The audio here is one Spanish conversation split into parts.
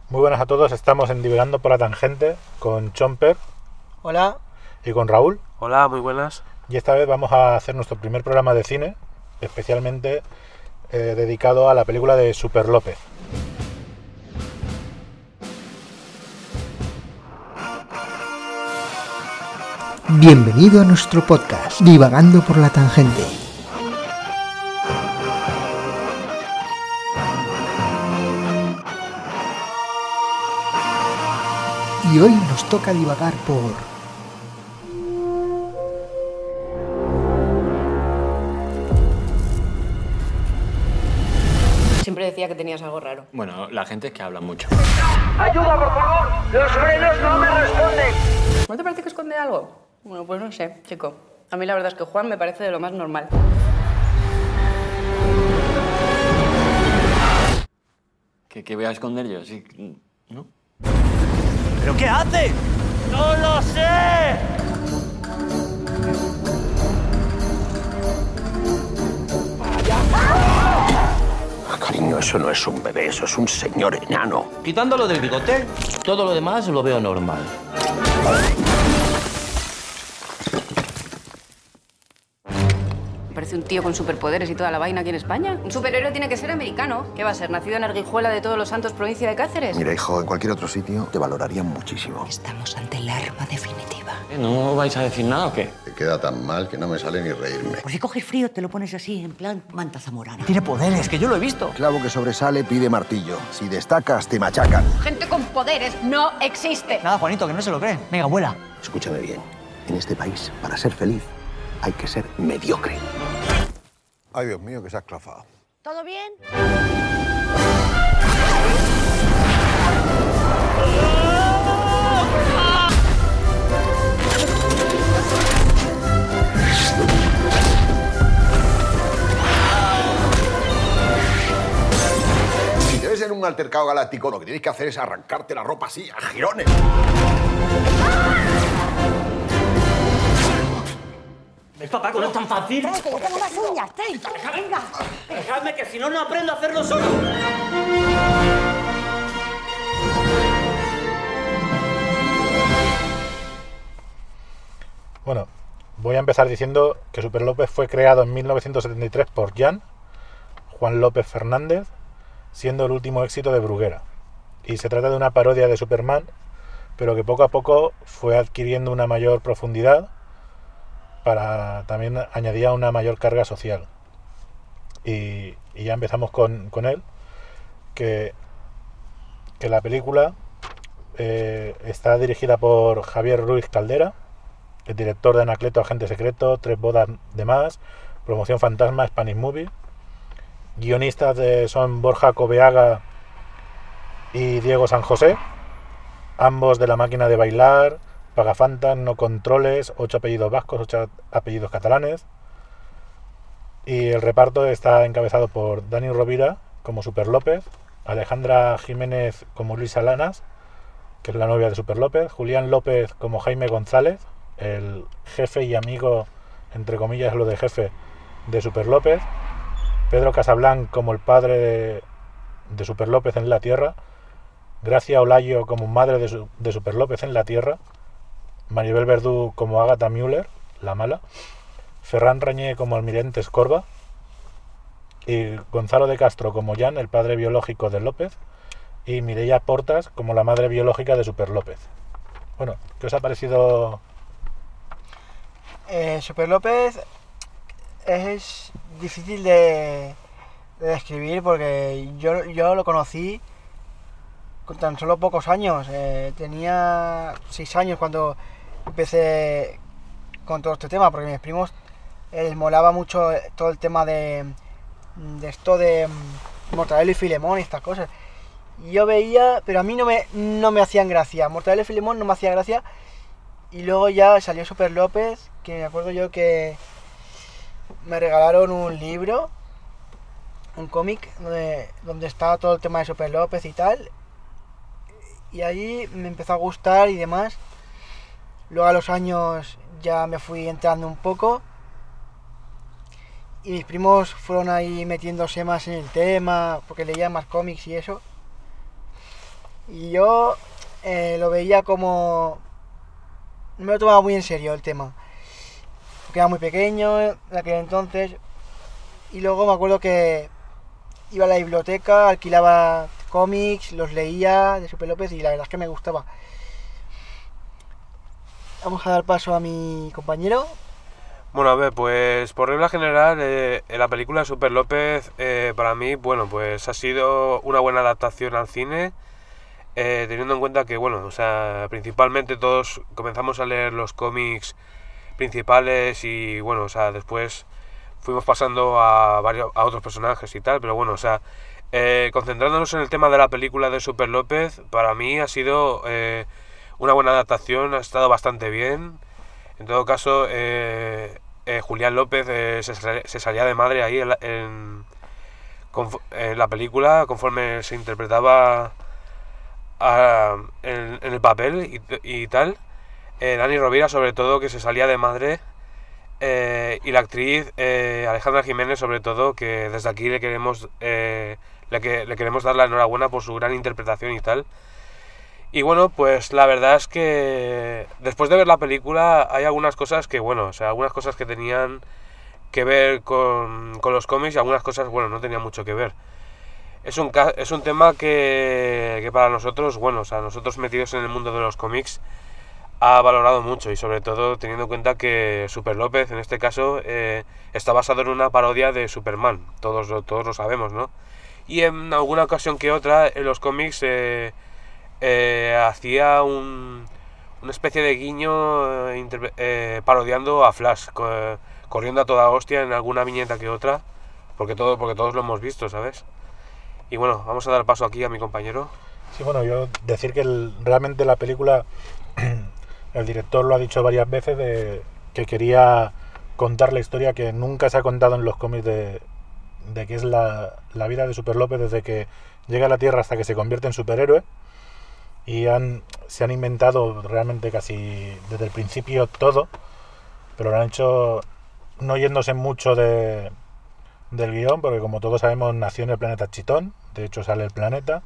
Muy buenas a todos, estamos en Divagando por la Tangente con Chomper. Hola. Y con Raúl. Hola, muy buenas. Y esta vez vamos a hacer nuestro primer programa de cine, especialmente dedicado a la película de Super López. Bienvenido a nuestro podcast, Divagando por la Tangente. Y hoy nos toca divagar por... Siempre decía que tenías algo raro. Bueno, la gente es que habla mucho. ¡Ayuda, por favor! ¡Los frenos no me responden! ¿No te parece que esconde algo? Bueno, pues no sé, chico. A mí la verdad es que Juan me parece de lo más normal. ¿Qué voy a esconder yo? Sí, ¿no? ¿Pero qué hace? ¡No lo sé! Cariño, eso no es un bebé, eso es un señor enano. Quitándolo del bigote, todo lo demás lo veo normal. Parece un tío con superpoderes y toda la vaina aquí en España. Un superhéroe tiene que ser americano. ¿Qué va a ser? ¿Nacido en Arguijuela de Todos los Santos, provincia de Cáceres? Mira, hijo, en cualquier otro sitio te valorarían muchísimo. Estamos ante el arma definitiva. ¿No vais a decir nada o qué? Te queda tan mal que no me sale ni reírme. Por si coges frío, te lo pones así, en plan manta zamorana. Tiene poderes, que yo lo he visto. Clavo que sobresale pide martillo. Si destacas, te machacan. Gente con poderes no existe. Nada, Juanito, que no se lo cree. Venga, vuela. Escúchame bien. En este país, para ser feliz, hay que ser mediocre. Ay, Dios mío, que se ha esclafado. ¿Todo bien? Si te ves en un altercado galáctico, lo que tienes que hacer es arrancarte la ropa así, a jirones. ¿Ves, papá, que no es tan fácil? Que yo tengo más uñas, venga. Dejadme, que si no, no aprendo a hacerlo solo. Bueno, voy a empezar diciendo que Super López fue creado en 1973 por Juan López Fernández, siendo el último éxito de Bruguera. Y se trata de una parodia de Superman, pero que poco a poco fue adquiriendo una mayor profundidad para también añadía una mayor carga social. Y ya empezamos con él, que la película está dirigida por Javier Ruiz Caldera, el director de Anacleto, Agente Secreto, Tres bodas de más, Promoción Fantasma, Spanish Movie. Guionistas son Borja Coveaga y Diego San José, ambos de La máquina de bailar, Pagafantas, No controles, 8 apellidos vascos, 8 apellidos catalanes. Y el reparto está encabezado por Dani Rovira como Super López, Alejandra Jiménez como Luisa Lanas, que es la novia de Super López, Julián López como Jaime González, el jefe y amigo, entre comillas, lo de jefe de Super López, Pedro Casablanc como el padre de Super López en la Tierra, Gracia Olayo como madre de Super López en la Tierra, Maribel Verdú como Agatha Müller, la mala, Ferran Reñé como Almirante Escorba y Gonzalo de Castro como Jan, el padre biológico de López, y Mireia Portas como la madre biológica de Super López. Bueno, ¿qué os ha parecido? Super López es difícil de describir porque yo lo conocí con tan solo pocos años. Tenía 6 años cuando empecé con todo este tema, porque a mis primos les molaba mucho todo el tema de esto de Mortadelo y Filemón y estas cosas. Y yo veía, pero a mí no me hacían gracia. Mortadelo y Filemón no me hacía gracia. Y luego ya salió Super López, que me acuerdo yo que me regalaron un libro, un cómic, donde estaba todo el tema de Super López y tal. Y ahí me empezó a gustar y demás. Luego a los años ya me fui entrando un poco. Y mis primos fueron ahí metiéndose más en el tema, porque leían más cómics y eso. Y yo lo veía como... No me lo tomaba muy en serio el tema. Porque era muy pequeño en aquel entonces. Y luego me acuerdo que iba a la biblioteca, alquilaba cómics, los leía de Super López y la verdad es que me gustaba. Vamos a dar paso a mi compañero. Bueno, a ver, pues por regla general, la película de Super López, para mí, bueno, pues ha sido una buena adaptación al cine, teniendo en cuenta que, bueno, o sea, principalmente todos comenzamos a leer los cómics principales y, bueno, o sea, después fuimos pasando a otros personajes y tal, pero bueno, o sea, concentrándonos en el tema de la película de Super López, para mí ha sido una buena adaptación, ha estado bastante bien. En todo caso, Julián López se salía de madre ahí en la película conforme se interpretaba en el papel y tal. Dani Rovira sobre todo, que se salía de madre, y la actriz Alejandra Jiménez sobre todo, que desde aquí le queremos dar la enhorabuena por su gran interpretación y tal. Y bueno, pues la verdad es que después de ver la película hay algunas cosas que, bueno, o sea, algunas cosas que tenían que ver con los cómics y algunas cosas, bueno, no tenían mucho que ver. Es un tema que para nosotros, bueno, o sea, nosotros metidos en el mundo de los cómics, ha valorado mucho, y sobre todo teniendo en cuenta que Super López, en este caso, está basado en una parodia de Superman, todos lo sabemos, ¿no? Y en alguna ocasión que otra, en los cómics hacía una especie de guiño parodiando a Flash, corriendo a toda hostia en alguna viñeta que otra, porque todos lo hemos visto, ¿sabes? Y bueno, vamos a dar paso aquí a mi compañero. Sí, bueno, yo decir que realmente la película, el director lo ha dicho varias veces, de que quería contar la historia que nunca se ha contado en los cómics de que es la vida de Super López desde que llega a la Tierra hasta que se convierte en superhéroe. Y se han inventado realmente casi desde el principio todo, pero lo han hecho no yéndose mucho del guión, porque como todos sabemos nació en el planeta Chitón, de hecho sale el planeta,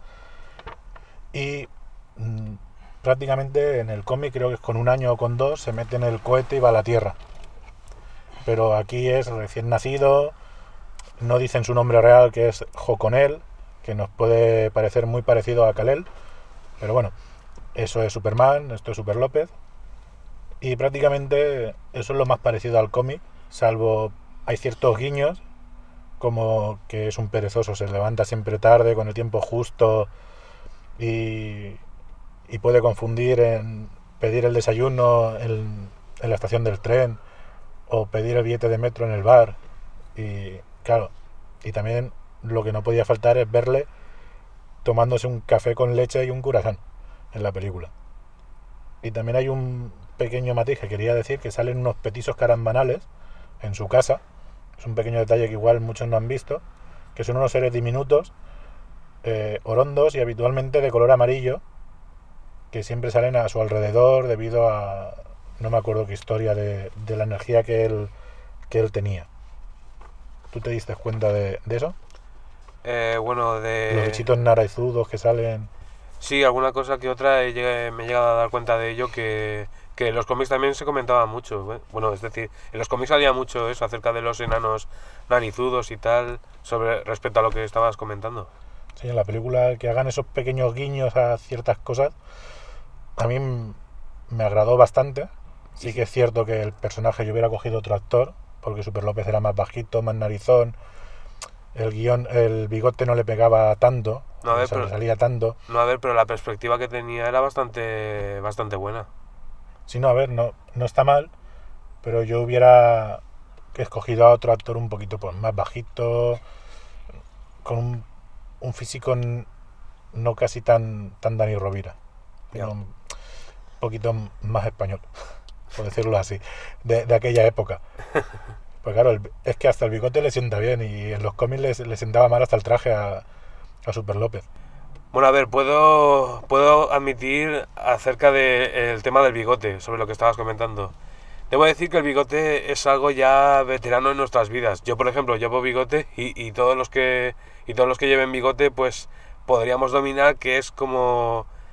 y prácticamente en el cómic, creo que es con 1 año o con 2, se mete en el cohete y va a la Tierra. Pero aquí es recién nacido, no dicen su nombre real, que es Joconel, que nos puede parecer muy parecido a Kal-El. Pero bueno, eso es Superman, esto es Super López. Y prácticamente eso es lo más parecido al cómic, salvo hay ciertos guiños, como que es un perezoso, se levanta siempre tarde, con el tiempo justo, y puede confundir en pedir el desayuno en la estación del tren, o pedir el billete de metro en el bar. Y claro, y también lo que no podía faltar es verle tomándose un café con leche y un curacán en la película. Y también hay un pequeño matiz que quería decir, que salen unos petizos carambanales en su casa. Es un pequeño detalle que igual muchos no han visto, que son unos seres diminutos, orondos y habitualmente de color amarillo, que siempre salen a su alrededor debido a... no me acuerdo qué historia de la energía que él tenía. ¿Tú te diste cuenta de eso? Bueno, los bichitos naraizudos que salen. Sí, alguna cosa que otra me he llegado a dar cuenta de ello, que en los cómics también se comentaba mucho. Bueno, es decir, en los cómics salía mucho eso acerca de los enanos narizudos y tal, respecto a lo que estabas comentando. Sí, en la película que hagan esos pequeños guiños a ciertas cosas, a mí me agradó bastante. Sí que es cierto que el personaje yo hubiera cogido otro actor, porque Super López era más bajito, más narizón. El bigote no le pegaba tanto, no, le salía tanto. No, a ver, pero la perspectiva que tenía era bastante buena. Sí, no, a ver, no está mal, pero yo hubiera escogido a otro actor un poquito pues, más bajito, con un físico no casi tan Dani Rovira, sino un poquito más español, por decirlo así, de aquella época. Pues claro, es que hasta el bigote le sienta bien, y en los cómics le sentaba mal hasta el traje a Super López. Bueno, a ver, puedo admitir acerca del tema del bigote, sobre lo que estabas comentando. Debo decir que el bigote es algo ya veterano en nuestras vidas. Yo, por ejemplo, llevo bigote y todos los que lleven bigote, pues podríamos dominar que es como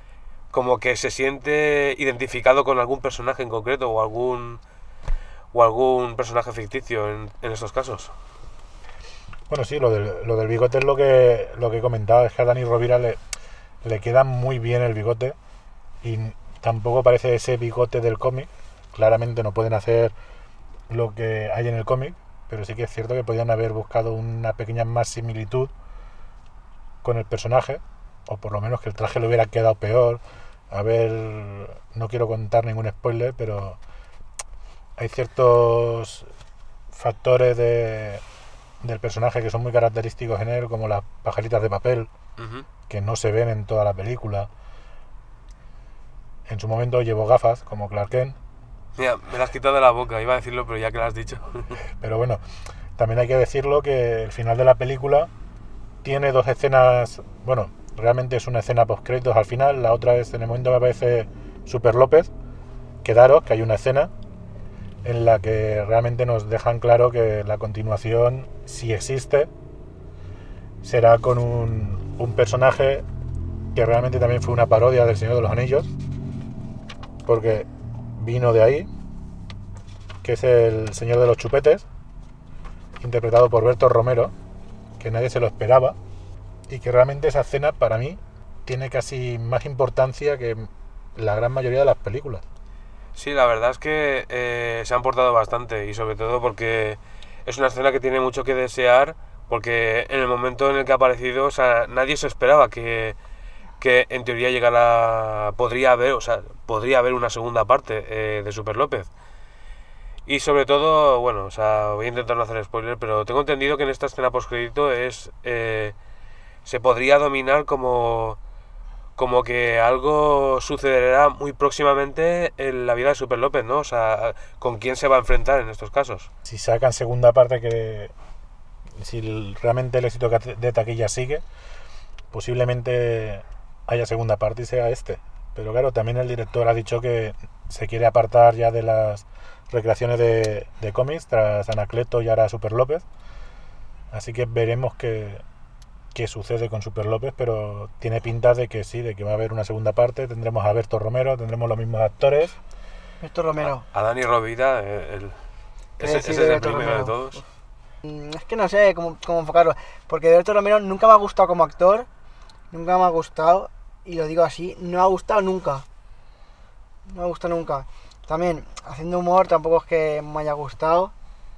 como que se siente identificado con algún personaje en concreto o algún personaje ficticio en estos casos. Bueno, sí, lo del bigote es lo que he comentado, es que a Dani Rovira le queda muy bien el bigote y tampoco parece ese bigote del cómic. Claramente no pueden hacer lo que hay en el cómic, pero sí que es cierto que podían haber buscado una pequeña más similitud con el personaje, o por lo menos que el traje le hubiera quedado peor. A ver, no quiero contar ningún spoiler, pero hay ciertos factores del personaje que son muy característicos en él, como las pajaritas de papel, que no se ven en toda la película. En su momento llevó gafas, como Clark Kent. Mira, me las has quitado de la boca, iba a decirlo, pero ya que lo has dicho. Pero bueno, también hay que decirlo que el final de la película tiene dos escenas. Bueno, realmente es una escena post-créditos al final, la otra es en el momento que aparece Super López. Quedaros que hay una escena en la que realmente nos dejan claro que la continuación, si existe, será con un personaje que realmente también fue una parodia del Señor de los Anillos, porque vino de ahí, que es el Señor de los Chupetes, interpretado por Berto Romero, que nadie se lo esperaba, y que realmente esa escena para mí tiene casi más importancia que la gran mayoría de las películas. Sí, la verdad es que se han portado bastante, y sobre todo porque es una escena que tiene mucho que desear, porque en el momento en el que ha aparecido, o sea, nadie se esperaba que en teoría podría haber una segunda parte de Super López. Y sobre todo, bueno, o sea, voy a intentar no hacer spoiler, pero tengo entendido que en esta escena postcrédito se podría dominar como que algo sucederá muy próximamente en la vida de Super López, ¿no? O sea, ¿con quién se va a enfrentar en estos casos? Si sacan segunda parte, si realmente el éxito de taquilla sigue, posiblemente haya segunda parte y sea este. Pero claro, también el director ha dicho que se quiere apartar ya de las recreaciones de cómics tras Anacleto y ahora Super López. Así que veremos qué sucede con Super López, pero tiene pinta de que sí, de que va a haber una segunda parte. Tendremos a Berto Romero, tendremos los mismos actores. Berto Romero. A Dani Rovira, ese es el primero de todos. Es que no sé cómo enfocarlo, porque Berto Romero nunca me ha gustado como actor, nunca me ha gustado, y lo digo así, no me ha gustado nunca. No me ha gustado nunca. También, haciendo humor tampoco es que me haya gustado.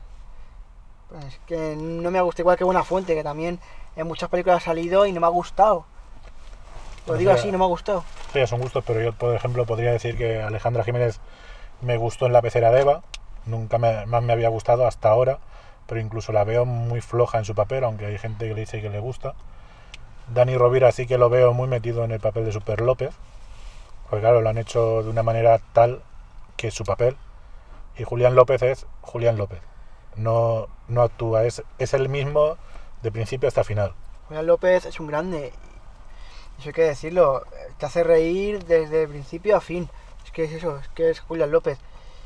Pues es que no me ha gustado, igual que Buenafuente, que también en muchas películas ha salido y no me ha gustado. Lo digo así, no me ha gustado. Sí, son gustos, pero yo, por ejemplo, podría decir que Alejandra Jiménez me gustó en La Pecera de Eva. Nunca más me había gustado hasta ahora, pero incluso la veo muy floja en su papel, aunque hay gente que le dice que le gusta. Dani Rovira sí que lo veo muy metido en el papel de Super López, porque claro, lo han hecho de una manera tal que es su papel. Y Julián López es Julián López. No actúa, es el mismo de principio hasta final. Julián López es un grande, eso hay que decirlo, te hace reír desde principio a fin. Es que es eso, es que es Julián López.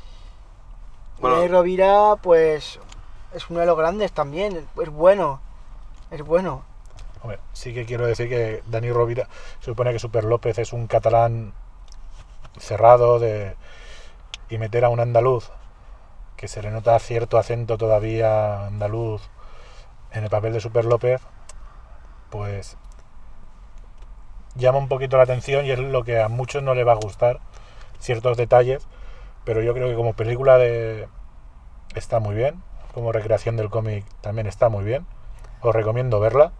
Bueno. Dani Rovira, pues, es uno de los grandes también, es bueno. Hombre, sí que quiero decir que Dani Rovira, se supone que Super López es un catalán cerrado y meter a un andaluz, que se le nota cierto acento todavía andaluz en el papel de Super López, pues llama un poquito la atención y es lo que a muchos no les va a gustar, ciertos detalles, pero yo creo que como película está muy bien, como recreación del cómic también está muy bien, os recomiendo verla.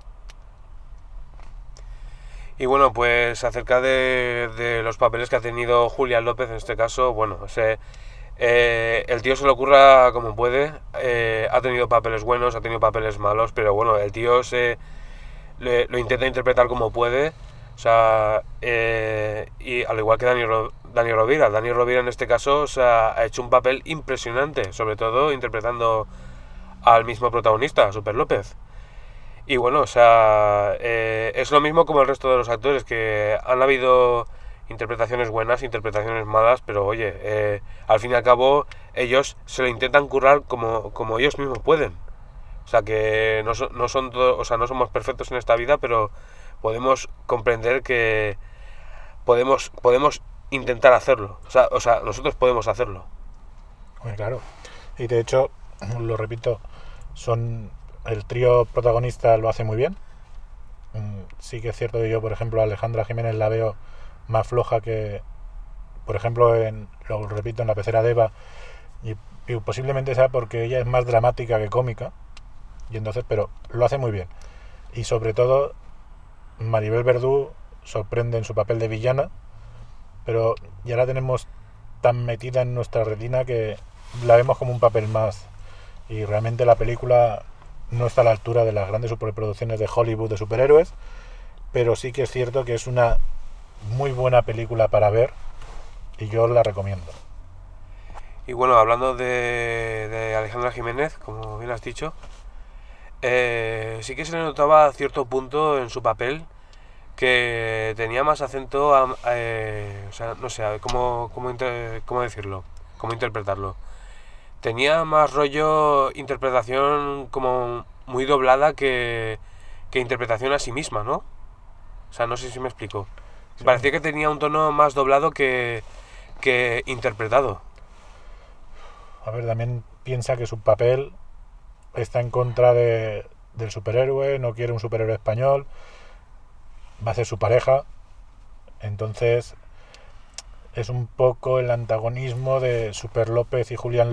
Y bueno, pues acerca de los papeles que ha tenido Julián López en este caso, bueno, el tío se lo ocurra como puede, ha tenido papeles buenos, ha tenido papeles malos, pero bueno, el tío lo intenta interpretar como puede, o sea, y al igual que Dani Rovira en este caso, o sea, ha hecho un papel impresionante, sobre todo interpretando al mismo protagonista, Super López. Y bueno, o sea, es lo mismo como el resto de los actores, que han habido interpretaciones buenas, interpretaciones malas, pero oye, al fin y al cabo ellos se lo intentan currar como ellos mismos pueden. O sea, que no somos perfectos en esta vida, pero podemos comprender que podemos intentar hacerlo. O sea, nosotros podemos hacerlo. Muy claro. Y de hecho, lo repito, el trío protagonista lo hace muy bien. Sí que es cierto que yo, por ejemplo, a Alejandra Jiménez la veo más floja que, por ejemplo, lo repito, en La pecera de Eva, y posiblemente sea porque ella es más dramática que cómica, y entonces, pero lo hace muy bien. Y sobre todo, Maribel Verdú sorprende en su papel de villana, pero ya la tenemos tan metida en nuestra retina que la vemos como un papel más, y realmente la película no está a la altura de las grandes superproducciones de Hollywood de superhéroes, pero sí que es cierto que es una muy buena película para ver y yo la recomiendo. Y bueno, hablando de Alejandra Jiménez, como bien has dicho, sí que se le notaba a cierto punto en su papel que tenía más acento, o sea, no sé, ¿cómo decirlo? ¿Cómo interpretarlo? Tenía más rollo interpretación como muy doblada que interpretación a sí misma, ¿no? O sea, no sé si me explico. Sí. Parecía que tenía un tono más doblado que interpretado. A ver, también piensa que su papel está en contra del superhéroe, no quiere un superhéroe español, va a ser su pareja, entonces es un poco el antagonismo de Super López y Julián,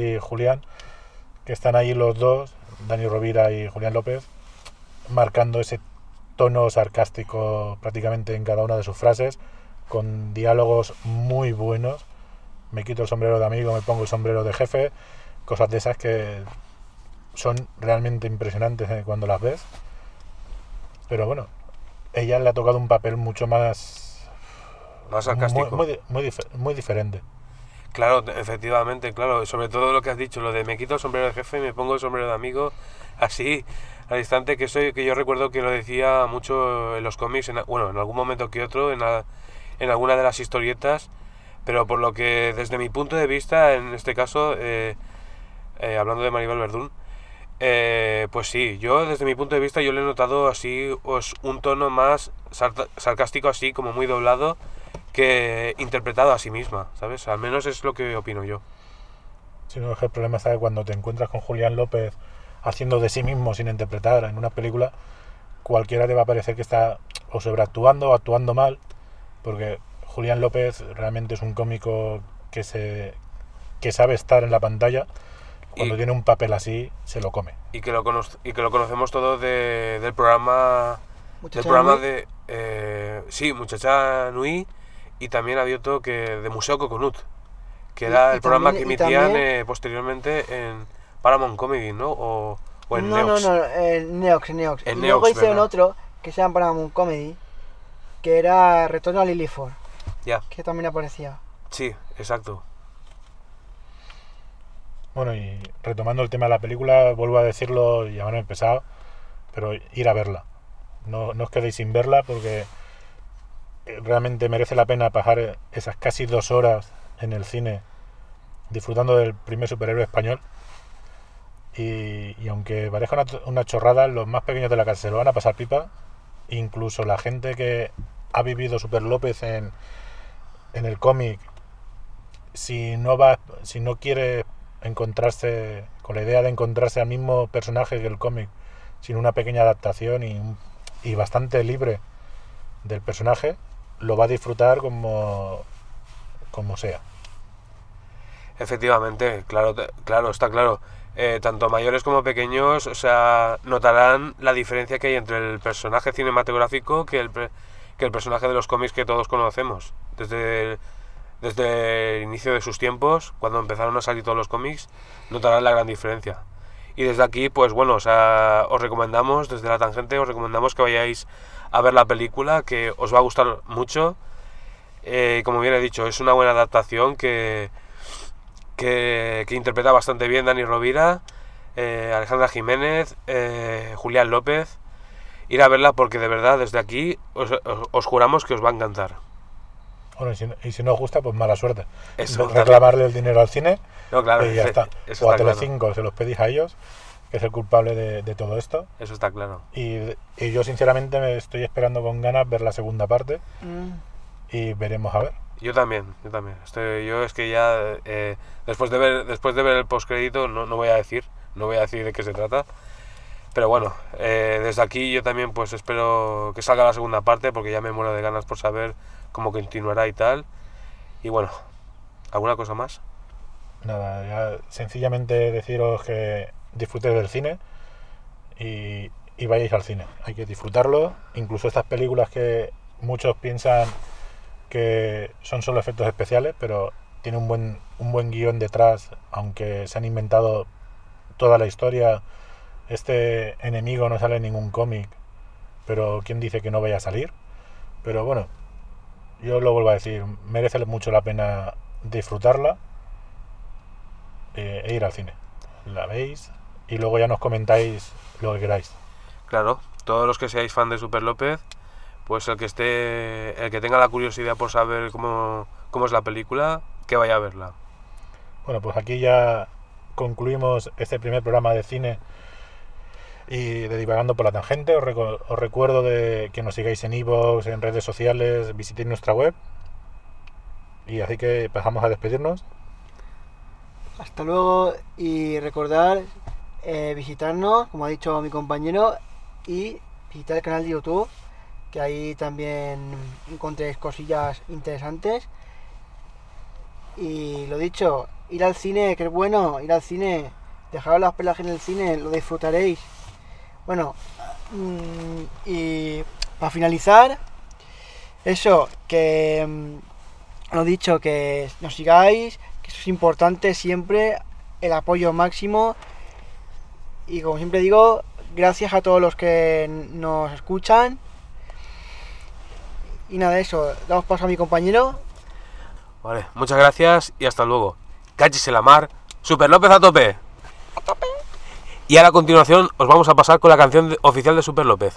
que están ahí los dos, Dani Rovira y Julián López, marcando ese tono sarcástico prácticamente en cada una de sus frases, con diálogos muy buenos. Me quito el sombrero de amigo, me pongo el sombrero de jefe, cosas de esas que son realmente impresionantes cuando las ves. Pero bueno, ella le ha tocado un papel mucho más sarcástico, muy diferente. Claro, efectivamente, claro, sobre todo lo que has dicho, lo de me quito el sombrero de jefe y me pongo el sombrero de amigo, así al instante, que yo recuerdo que lo decía mucho en los cómics, en algún momento que otro, en alguna de las historietas, pero por lo que desde mi punto de vista, en este caso, hablando de Maribel Verdú, pues sí, yo desde mi punto de vista yo le he notado así un tono más sarcástico, así como muy doblado, que interpretado a sí misma, ¿sabes? Al menos es lo que opino yo. Sí, no, es que el problema está que cuando te encuentras con Julián López haciendo de sí mismo sin interpretar en una película, cualquiera te va a parecer que está o sobreactuando o actuando mal, porque Julián López realmente es un cómico que sabe estar en la pantalla. Cuando tiene un papel así, se lo come. Y que lo conocemos todos del programa... sí, Muchacha Nui, y también había otro de Museo Coconut, que era el programa que emitían posteriormente en Paramount Comedy, ¿no? O en Neox. No, en Neox. En y Neox, luego hicieron ¿verdad? otro que se llama Paramount Comedy, que era Retorno a Lilliford, que también aparecía. Sí, exacto. Bueno, y retomando el tema de la película, vuelvo a decirlo y habrán empezado, pero ir a verla. No os quedéis sin verla porque realmente merece la pena pasar esas casi 2 horas en el cine disfrutando del primer superhéroe español. Y aunque parezca una chorrada, los más pequeños de la casa se lo van a pasar pipa. Incluso la gente que ha vivido Super López en el cómic, si no quiere encontrarse con la idea de encontrarse al mismo personaje que el cómic, sin una pequeña adaptación y bastante libre del personaje, lo va a disfrutar como sea. Efectivamente, claro, está claro. Tanto mayores como pequeños, o sea, notarán la diferencia que hay entre el personaje cinematográfico que el personaje de los cómics que todos conocemos. Desde el inicio de sus tiempos, cuando empezaron a salir todos los cómics, notarán la gran diferencia. Y desde aquí, pues bueno, o sea, os recomendamos, desde La Tangente, os recomendamos que vayáis a ver la película, que os va a gustar mucho. Como bien he dicho, es una buena adaptación que interpreta bastante bien Dani Rovira, Alejandra Jiménez, Julián López. Ir a verla porque de verdad, desde aquí, os juramos que os va a encantar. Bueno, y si no os gusta, pues mala suerte. Reclamarle el dinero al cine, no, claro, y ya está. O a Telecinco, claro. Se los pedís a ellos, que es el culpable de todo esto. Eso está claro. Y yo sinceramente me estoy esperando con ganas ver la segunda parte. y veremos a ver. Yo también. Yo es que ya después de ver el postcrédito no voy a decir de qué se trata. Pero bueno, desde aquí yo también pues espero que salga la segunda parte, porque ya me muero de ganas por saber cómo continuará y tal. Y bueno, ¿alguna cosa más? Nada, ya sencillamente deciros que disfrutéis del cine y vayáis al cine. Hay que disfrutarlo, incluso estas películas que muchos piensan que son solo efectos especiales, pero tiene un buen guión detrás, aunque se han inventado toda la historia. Este enemigo no sale en ningún cómic, pero ¿quién dice que no vaya a salir? Pero bueno, yo lo vuelvo a decir, merece mucho la pena disfrutarla e ir al cine. La veis y luego ya nos comentáis lo que queráis. Claro, todos los que seáis fan de Super López, pues el que tenga la curiosidad por saber cómo es la película, que vaya a verla. Bueno, pues aquí ya concluimos este primer programa de cine y de Divagando por la Tangente. Os recuerdo de que nos sigáis en iVoox, en redes sociales, visitéis nuestra web. Y así que pasamos a despedirnos. Hasta luego, y recordar visitarnos, como ha dicho mi compañero, y visitar el canal de YouTube, que ahí también encontréis cosillas interesantes. Y lo dicho, ir al cine, que es bueno, ir al cine, dejaros las pelas en el cine, lo disfrutaréis. Bueno, y para finalizar, eso, que lo dicho, que nos sigáis, que eso es importante siempre, el apoyo máximo. Y como siempre digo, gracias a todos los que nos escuchan. Y nada, eso, damos paso a mi compañero. Vale, muchas gracias y hasta luego. Cállese la mar, Super López a tope. A tope. Y ahora a continuación os vamos a pasar con la canción oficial de Super López.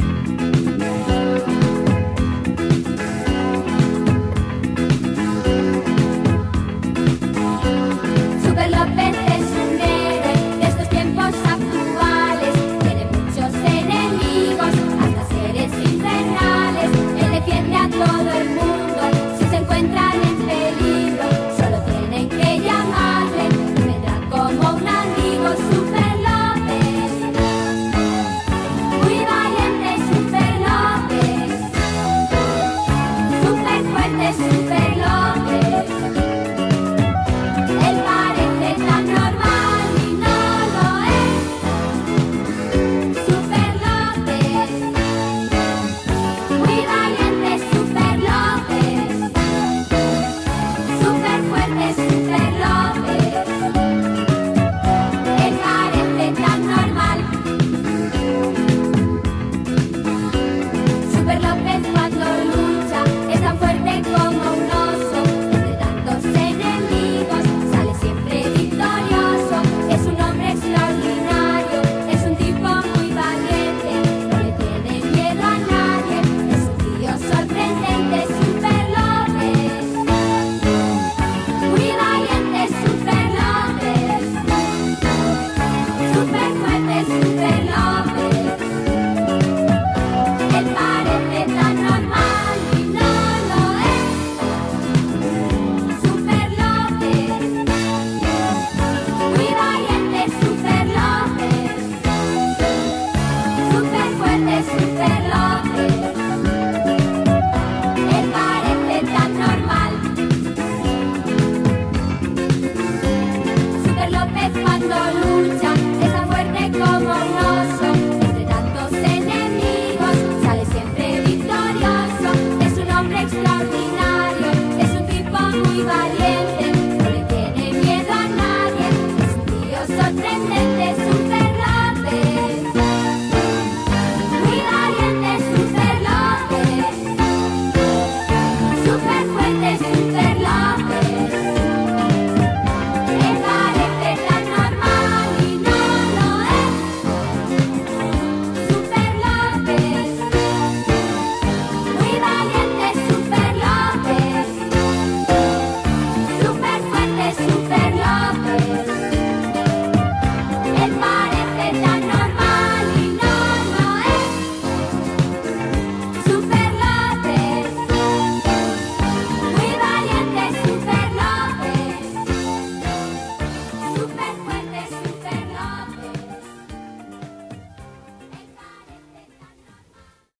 Super López es un héroe de estos tiempos actuales. Tiene muchos enemigos, hasta seres infernales. Él defiende a todo el mundo si se encuentran en peligro. Solo tienen que llamarle, vendrá como un amigo. Super López, muy valiente Super López, super fuerte Super